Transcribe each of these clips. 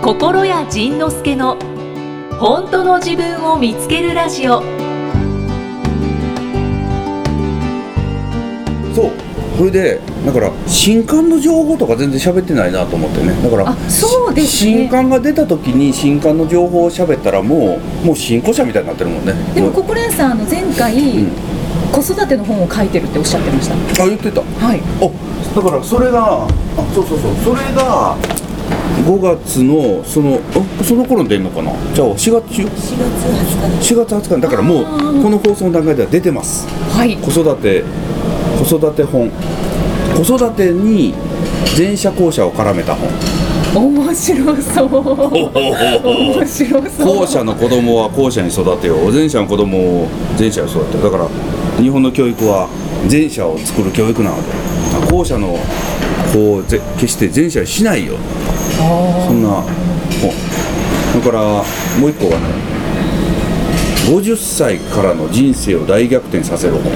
心谷仁之助の本当の自分を見つけるラジオ。 そう、それでだから新刊の情報とか全然喋ってないなと思ってね。だからそうですね、 新刊が出た時に新刊の情報を喋ったらもう新古社みたいになってるもんね。 でも心谷さん前回、子育ての本を書いてるっておっしゃってました。 あ、言ってた。 はい。 だからそれがそうそれが5月のその頃に出るのかな。じゃあ4月20日だからもうこの放送の段階では出てます。 はい。 子育て本、子育てに前者後者を絡めた本。 面白そう面白そう。 後者の子供は後者に育てよう、前者の子供を前者に育てよう。だから日本の教育は前者を作る教育なので、後者の子を決して前者にしないよ、そんな本。だからもう一個はね、50歳からの人生を大逆転させる本。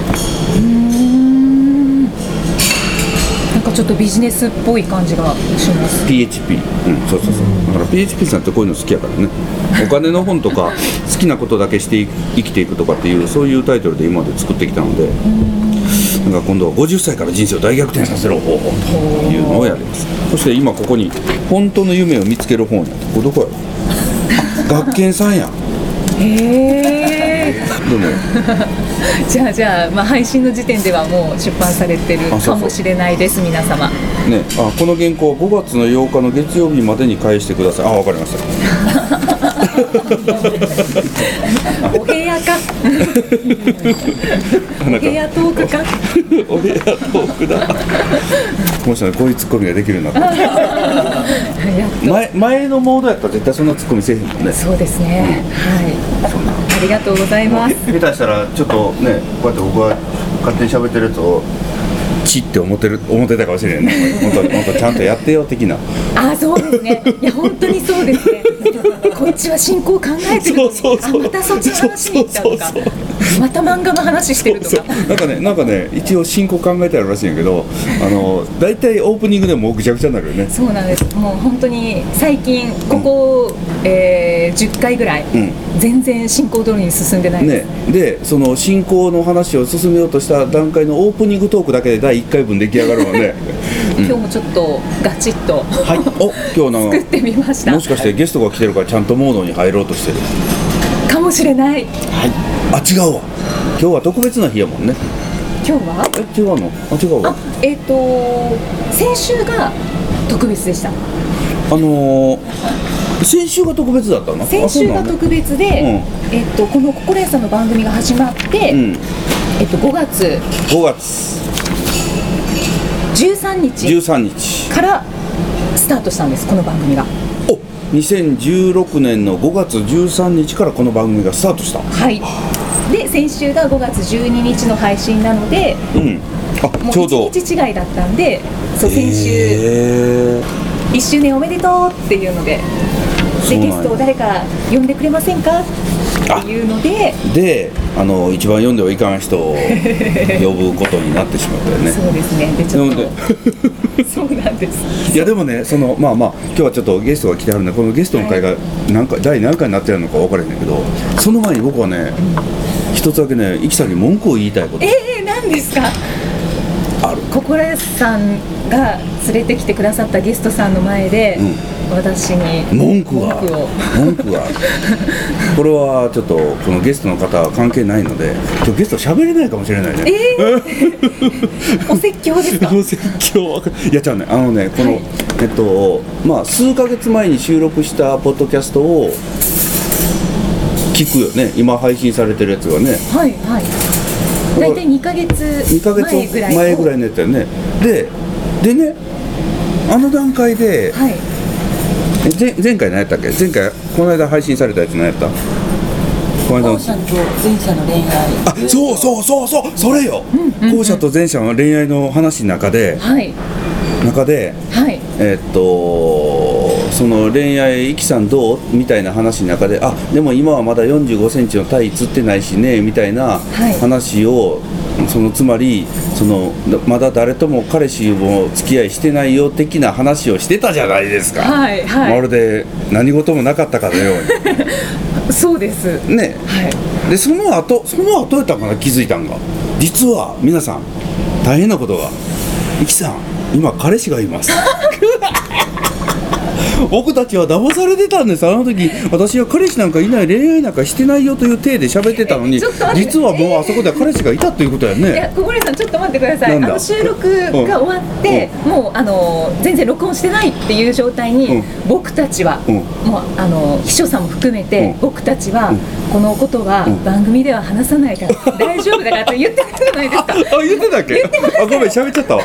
なんかちょっとビジネスっぽい感じがします。 PHP、そうだから PHP さんってこういうの好きやからね。お金の本とか好きなことだけして生きていくとかっていう、そういうタイトルで今まで作ってきたので、なんか今度は50歳から人生を大逆転させる方法というのをやります。そして今ここに本当の夢を見つける本や。これどこやろ。学研さんや。 へでもじゃあ、配信の時点ではもう出版されてるかもしれないです。皆様ね、この原稿は5月の8日の月曜日までに返してください。わかりました。 お部屋かお部屋トークかお部屋トークだ。もしね、こういうツッコミができるようになった前のモードやったら絶対そんなツッコミせえへんもんね。 そうですね、はい、ありがとうございます。 下手したらちょっとね、こうやって僕が勝手に喋ってるやつをチって思ってたかもしれないね。本当ちゃんとやってよ的な。 そうですね。いや本当にそうですね。こっちは進行考えてるのに、またそっちの話に行ったとか、また漫画の話してるとか。 なんかね、一応進行考えてあるらしいんやけど、大体オープニングでもぐちゃぐちゃになるよね。 そうなんです。もう本当に最近ここ、10回ぐらい、全然進行通りに進んでないです。 で、その進行の話を進めようとした段階のオープニングトークだけで第1回分出来上がるので、 今日もちょっとガチッと、 今日作ってみました。 もしかしてゲストが来てるからちゃんとモードに入ろうとしてるかもしれない。 違うわ。今日は特別な日やもんね。 今日は違うの？違うわ。 先週が特別でした。 先週が特別だったの？ 先週が特別で、この心谷さんの番組が始まって、5月13日からスタートしたんです、この番組が。 2016年の5月13日からこの番組がスタートした。 はい。で先週が5月12日の配信なので、もうちょうど 1日違いだったんで、先週、1周年おめでとうっていうので、ゲストを誰か呼んでくれませんかっていうので、 一番読んではいかん人を呼ぶことになってしまったよね。 そうですね。でちょっとそうなんです。 いやでもね、今日はちょっとゲストが来てはるんで、このゲストの会が第何回になってるのか分からへんけど、その前に僕はね、一つだけね、イキさんに文句を言いたいこと。 何ですか？ ある。 心谷さんが連れてきてくださったゲストさんの前で、私に文句がこれはちょっとこのゲストの方は関係ないので、今日ゲスト喋れないかもしれないね。 お説教ですか？ お説教。いや、じゃあね、この数ヶ月前に収録したポッドキャストを聞くよね。今配信されてるやつがね。 はいはい。大体2ヶ月前ぐらいのやつだよね。でね、あの段階で、前回何やったっけ？前回この間配信されたやつ何やった？ 後者と前者の恋愛。 そうそれよ。後者と前者の恋愛の話の中で、その恋愛、イキさんどうみたいな話の中で、でも今はまだ45センチのタイ釣ってないしねみたいな話をそのつまりそのまだ誰とも彼氏も付き合いしてないよ的な話をしてたじゃないですか、 はいはい、 まるで何事もなかったかのようにそうですね、 はい、 でその後やったかな、気づいたんが、実は皆さん大変なことが、イキさん今彼氏がいます僕たちは騙されてたんです。あの時私は彼氏なんかいない、恋愛なんかしてないよという体で喋ってたのに、実はもうあそこで彼氏がいたということやね。 いや、小堀さんちょっと待ってください。収録が終わって、もう全然録音してないっていう状態に、僕たちは、もう秘書さんも含めて、僕たちはこのことは番組では話さないから大丈夫だからって言ってたじゃないですか。 あ、言ってたっけ？あ、ごめん、喋っちゃったわ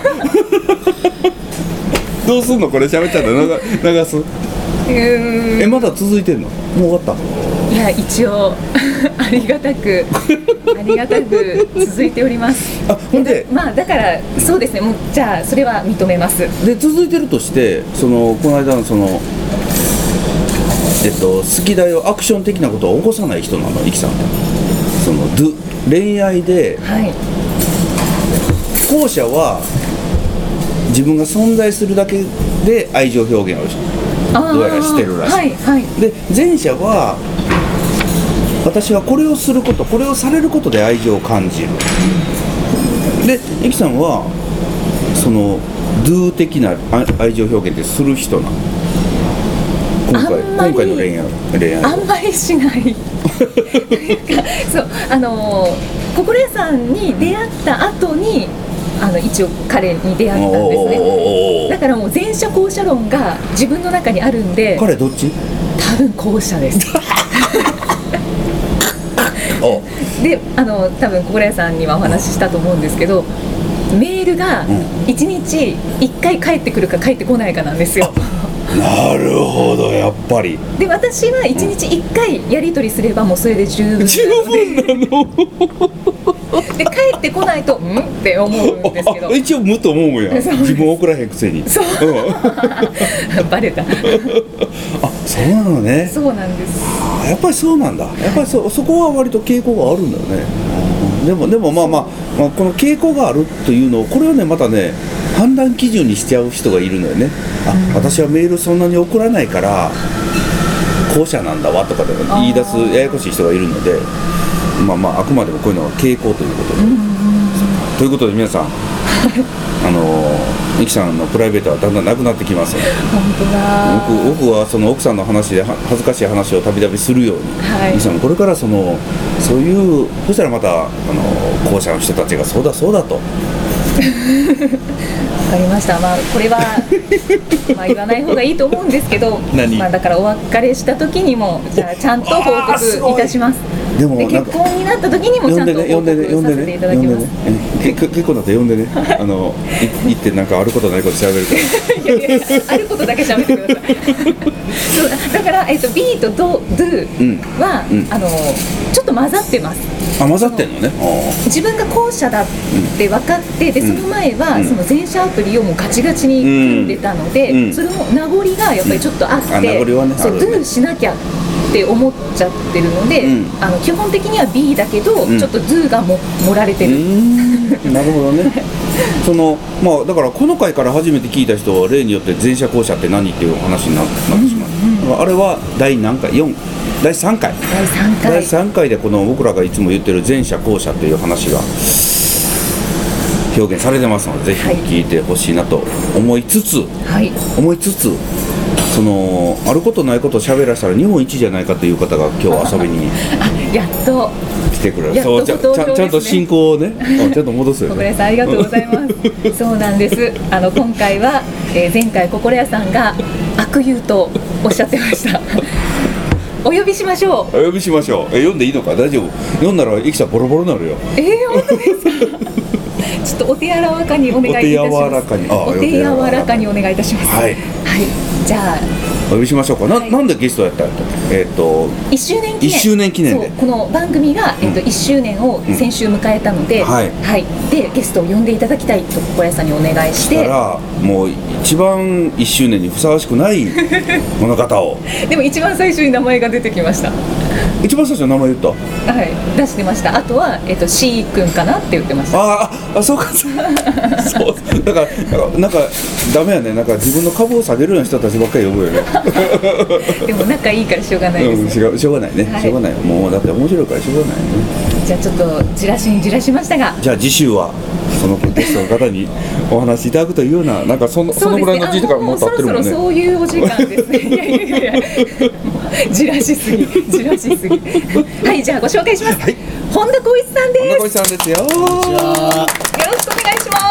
どうすんのこれ、喋っちゃった流す？まだ続いてんの？もう終わった？ いや、一応ありがたく続いております。 あ、ほんで、 まあだからそうですね、もうじゃあそれは認めます。 で続いてるとして、この間の好きだよアクション的なことは起こさない人なの、イキさんは。恋愛で、はい、後者は自分が存在するだけで愛情表現をどうやらしてるらしい、はいはい、で前者は私はこれをすること、これをされることで愛情を感じる。でイキさんはドゥ的な愛情表現でする人なの。今回の恋愛あんまりしないそう心屋さんに出会った後に一応彼に出会ったんですね。だからもう前者後者論が自分の中にあるんで。 彼どっち？ 多分後者ですで多分心屋さんにはお話ししたと思うんですけど、メールが1日1回返ってくるか返ってこないかなんですよ。 なるほど、やっぱり。で私は1日1回やり取りすればもうそれで十分なので帰ってこないとって思うんですけど、 一応と思うやん自分送らへんくせに。そうバレたあ、そうなのね。 そうなんです。 やっぱりそうなんだ。やっぱりそこは割と傾向があるんだよね。でもまあこの傾向があるというのを、これをねまたね判断基準にしちゃう人がいるのよね。私はメールそんなに送らないから後者なんだわとかで言い出すややこしい人がいるので、あくまでもこういうのは傾向ということで、ということで皆さんイキさんのプライベートはだんだんなくなってきます。 本当だ。 僕はその奥さんの話で恥ずかしい話をたびたびするように、イキさんこれからそういうそしたらまた後者の人たちがそうだとわかりました。これは言わない方がいいと思うんですけど、だからお別れした時にもじゃあちゃんと報告いたします。で結婚になった時にもちゃんと報告させていただきます。 結婚だと呼んでね行ってなんかあることないこと喋るからいやあることだけ喋ってくださいそうだから、B とドゥは、ちょっと混ざってます。 混ざってんのね。 自分が後者だって分かって、でその前はその前者アプリをもうガチガチに組んでたので、それも名残がやっぱりちょっとあって、そうドゥしなきゃって思っちゃってるので、基本的には B だけど、ちょっとドゥが盛られてる。 なるほどね。だからこの回から初めて聞いた人は例によって前者後者って何っていう話になってしまう。あれは第何回？第3回第3回でこの僕らがいつも言ってる前者後者っていう話が表現されてますので、ぜひ聞いてほしいなと思いつつ、あることないことを喋らせたら日本一じゃないかという方が今日遊びにやっと来てくれる。そうちゃんと進行をねちゃんと戻すよね。 小倉さんありがとうございますそうなんです。今回は、前回心屋さんが悪友とおっしゃってましたお呼びしましょう。 読んでいいのか？大丈夫？読んだらイキさんボロボロになるよ。 本当ですかちょっとお手柔らかにお願いいたします。お手柔らかにお願いいたします。はい、じゃあお呼びしましょうか。なんでゲストやったんだっけ？1周年記念で、 この番組が、1周年を先週迎えたので、でゲストを呼んでいただきたいと小屋さんにお願いして、 したらもう一番1周年にふさわしくないこの方をでも一番最初に名前が出てきました一番最初名前言った。 はい、出してました。あとはC 君かなって言ってました。 そうかそうだからなんかダメやね。なんか自分の株を下げるような人たちばっかり呼ぶよね。 でも仲いいからしょうがないです、 しょうがないね、はい、しょうがない。もうだって面白いからしょうがないね。 じゃあちょっとじらしにじらしましたが、 じゃあ次週はそのゲストの方にお話しいただくというような、なんかそのぐらいの時間もう経ってるもんね。 そろそろそういうお時間ですね。いやじらしすぎはい、じゃあご紹介します、はい、本田光一さんです。 本田光一さんですよ。 こんにちは。よろしくお願いします。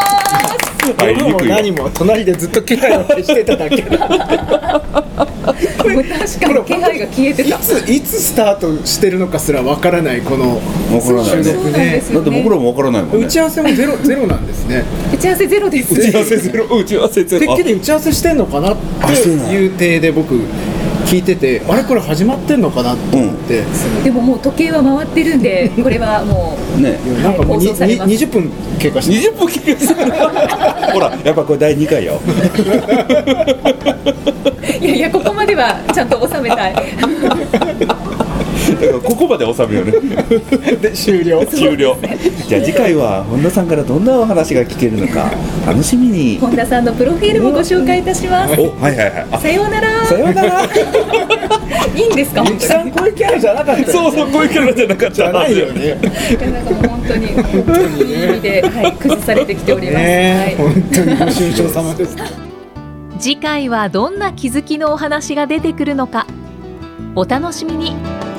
夜も何も隣でずっと気配を消してただけ確かに気配が消えてた。 いつスタートしてるのかすらわからないこの収録ね。 だって僕らもわからないもんね。 打ち合わせもゼロなんですね。 打ち合わせゼロです。 打ち合わせゼロ。 てっきり打ち合わせしてんのかなっていう体で僕聞いてて、あれこれ始まってんのかなと思って、 でももう時計は回ってるんで、これはもうね、なんかもう20分経過して 20分経過してほらやっぱこれ第2回よ。 いやここまではちゃんと収めたい。 だからここまで収めようね。 で終了。 じゃあ次回は本田さんからどんなお話が聞けるのか楽しみに。 本田さんのプロフィールもご紹介いたします。 はいさようなら。いいんですか。 本田さんこういうキャラじゃなかった。 そうこういうキャラじゃなかった。 じゃないよね。 なんかもう本当にいい意味で、はい、崩されてきております、はい、 本当にご愁傷様です。 次回はどんな気づきのお話が出てくるのかお楽しみに。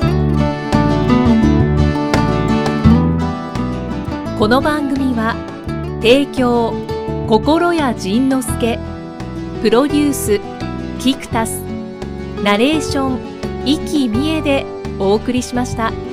この番組は提供心谷仁之助、プロデュースキクタス、ナレーション生きみえでお送りしました。